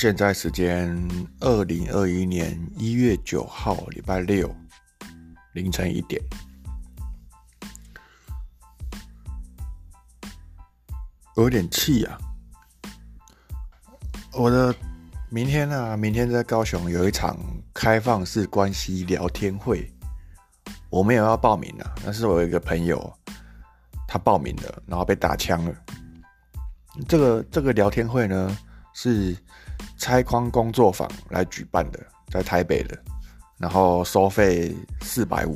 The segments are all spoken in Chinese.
现在时间2021年1月9号礼拜六凌晨1点，有点气啊！我的明天在高雄有一场开放式关系聊天会，我没有要报名啊，但是我有一个朋友他报名了，然后被打枪了。这个聊天会呢是拆框工作坊来举办的，在台北的，然后收费450。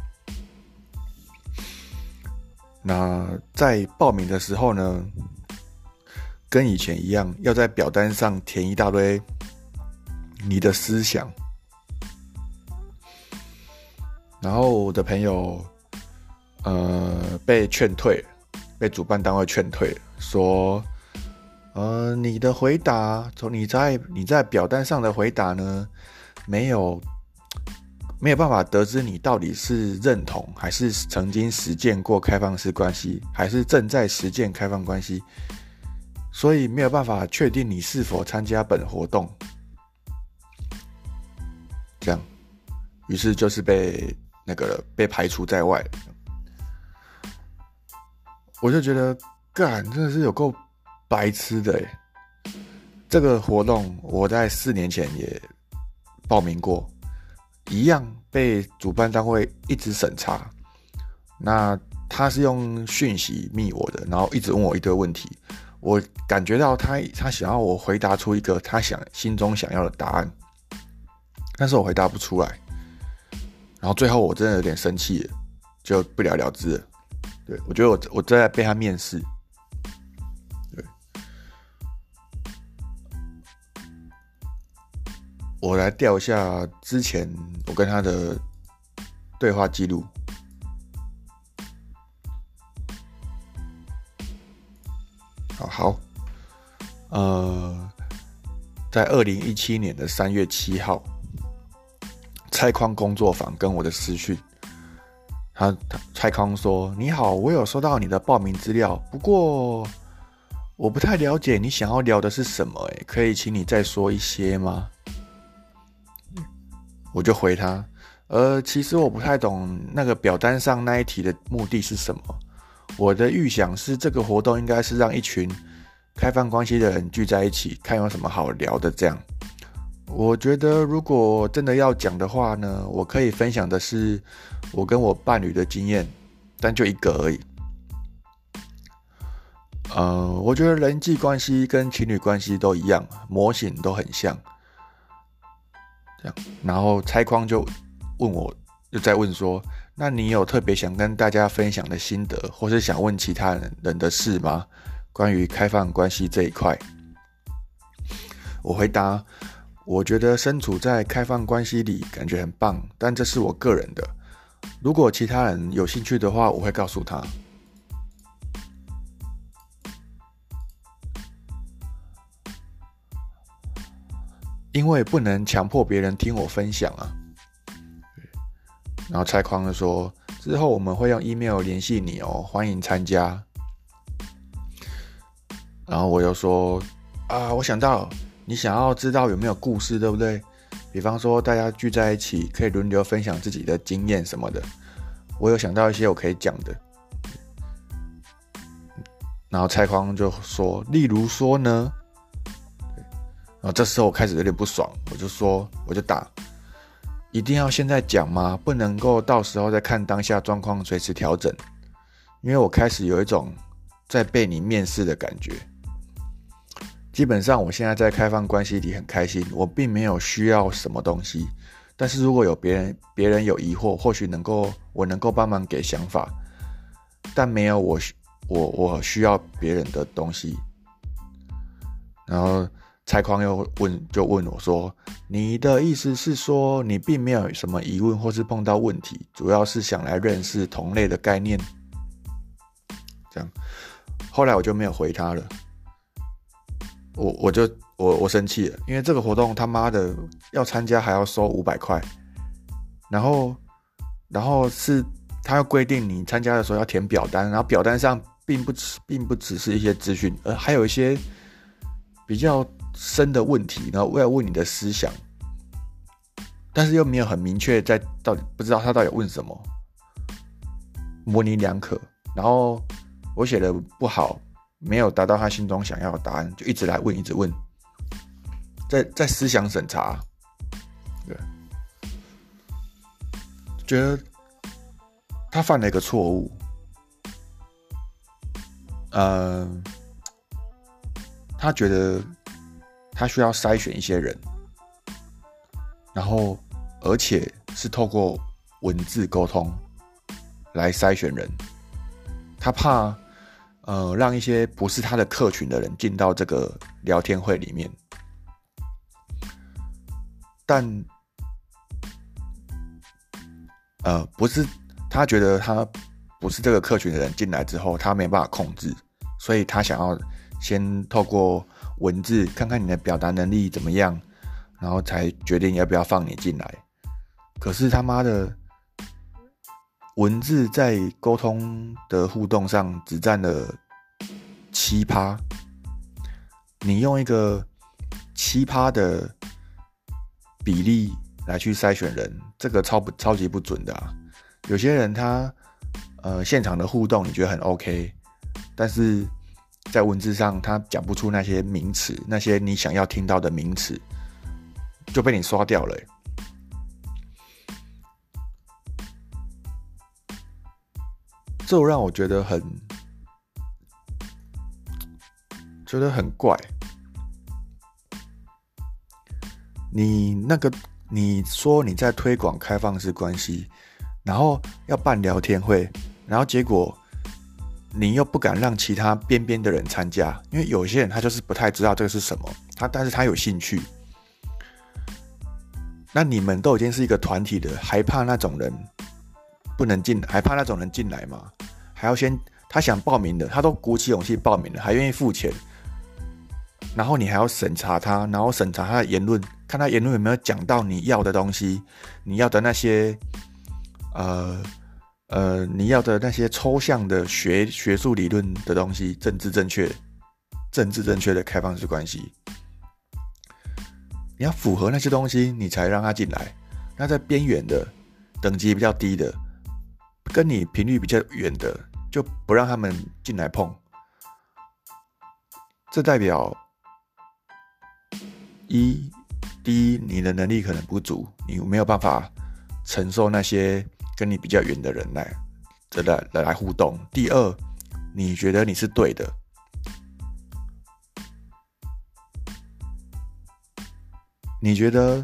那在报名的时候呢，跟以前一样，要在表单上填一大堆你的思想。然后我的朋友被劝退了，被主办单位劝退了，说你的回答，从你在表单上的回答呢，没有办法得知你到底是认同还是曾经实践过开放式关系，还是正在实践开放关系，所以没有办法确定你是否参加本活动。这样，于是就是被排除在外。我就觉得，干，真的是有够白痴的耶。这个活动我在4年前也报名过，一样被主办单位一直审查。那他是用讯息密我的，然后一直问我一堆问题，我感觉到他想要我回答出一个他心中想要的答案，但是我回答不出来。然后最后我真的有点生气了，就不了了之了。对，我觉得我在被他面试。对，我来调一下之前我跟他的对话记录。好，在2017年的3月7号，拆框工作坊跟我的私讯。蔡康说：“你好，我有收到你的报名资料，不过我不太了解你想要聊的是什么，可以请你再说一些吗？”我就回他：“其实我不太懂那个表单上那一题的目的是什么。我的预想是这个活动应该是让一群开放关系的人聚在一起，看有什么好聊的这样。我觉得如果真的要讲的话呢，我可以分享的是我跟我伴侣的经验，但就一个而已。我觉得人际关系跟情侣关系都一样，模型都很像。这样，然后拆框就在问说，那你有特别想跟大家分享的心得，或是想问其他人的事吗？关于开放关系这一块。我回答，我觉得身处在开放关系里感觉很棒，但这是我个人的。如果其他人有兴趣的话，我会告诉他。因为不能强迫别人听我分享啊。然后蔡匡就说，之后我们会用 email 联系你哦，欢迎参加。然后我又说，我想到你想要知道有没有故事，对不对？比方说大家聚在一起可以轮流分享自己的经验什么的，我有想到一些我可以讲的。然后蔡匡就说，例如说呢，然后这时候我开始有点不爽，我就打，一定要现在讲吗？不能够到时候再看当下状况随时调整，因为我开始有一种在被你面试的感觉。基本上我现在在开放关系里很开心，我并没有需要什么东西，但是如果有别人有疑惑，或许我能够帮忙给想法，但没有我需要别人的东西。然后蔡匡就问我说，你的意思是说你并没有什么疑问或是碰到问题，主要是想来认识同类的概念？这样，后来我就没有回他了。我生气了，因为这个活动他妈的要参加还要收500块，然后是他要规定你参加的时候要填表单，然后表单上并不只是一些资讯，还有一些比较深的问题，然后我要问你的思想，但是又没有很明确在到底不知道他到底问什么，模棱两可。然后我写的不好，没有达到他心中想要的答案，就一直来问，一直问，在思想审查，对，觉得他犯了一个错误，他觉得他需要筛选一些人，然后而且是透过文字沟通来筛选人，他怕让一些不是他的客群的人进到这个聊天会里面，但不是，他觉得他不是这个客群的人进来之后，他没办法控制，所以他想要先透过文字看看你的表达能力怎么样，然后才决定要不要放你进来。可是他妈的，文字在沟通的互动上只占了7%，你用一个7%的比例来去筛选人，这个超级不准的啊。有些人他现场的互动你觉得很 OK， 但是在文字上他讲不出那些名词，那些你想要听到的名词就被你刷掉了。这让我觉得很怪。你说你在推广开放式关系，然后要办聊天会，然后结果你又不敢让其他边边的人参加，因为有些人他就是不太知道这个是什么，但是他有兴趣。那你们都已经是一个团体的，还怕那种人不能进，还怕那种人进来吗？还要先他想报名的，他都鼓起勇气报名了，还愿意付钱，然后你还要审查他，然后审查他的言论，看他言论有没有讲到你要的东西，你要的那些你要的那些抽象的学术理论的东西，政治正确的开放式关系，你要符合那些东西，你才让他进来。那在边缘的，等级比较低的，跟你频率比较远的，就不让他们进来碰。这代表第一，你的能力可能不足，你没有办法承受那些跟你比较远的人来互动。第二，你觉得你是对的，你觉得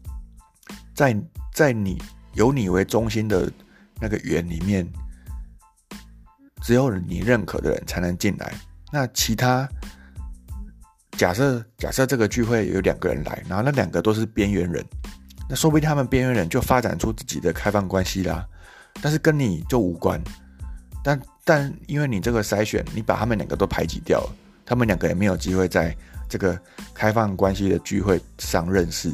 在你有你为中心的那个圆里面，只有你认可的人才能进来。那其他假设这个聚会有2个人来，然后那2个都是边缘人，那说不定他们边缘人就发展出自己的开放关系啦，但是跟你就无关。但因为你这个筛选，你把他们2个都排挤掉了，他们2个也没有机会在这个开放关系的聚会上认识，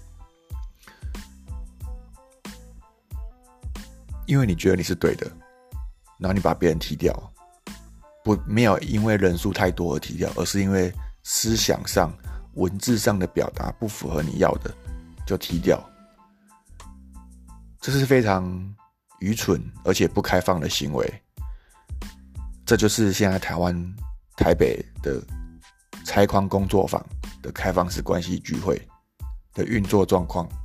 因为你觉得你是对的，然后你把别人踢掉，没有因为人数太多而踢掉，而是因为思想上、文字上的表达不符合你要的，就踢掉。这是非常愚蠢而且不开放的行为。这就是现在台北的拆框工作坊的开放式关系聚会的运作状况。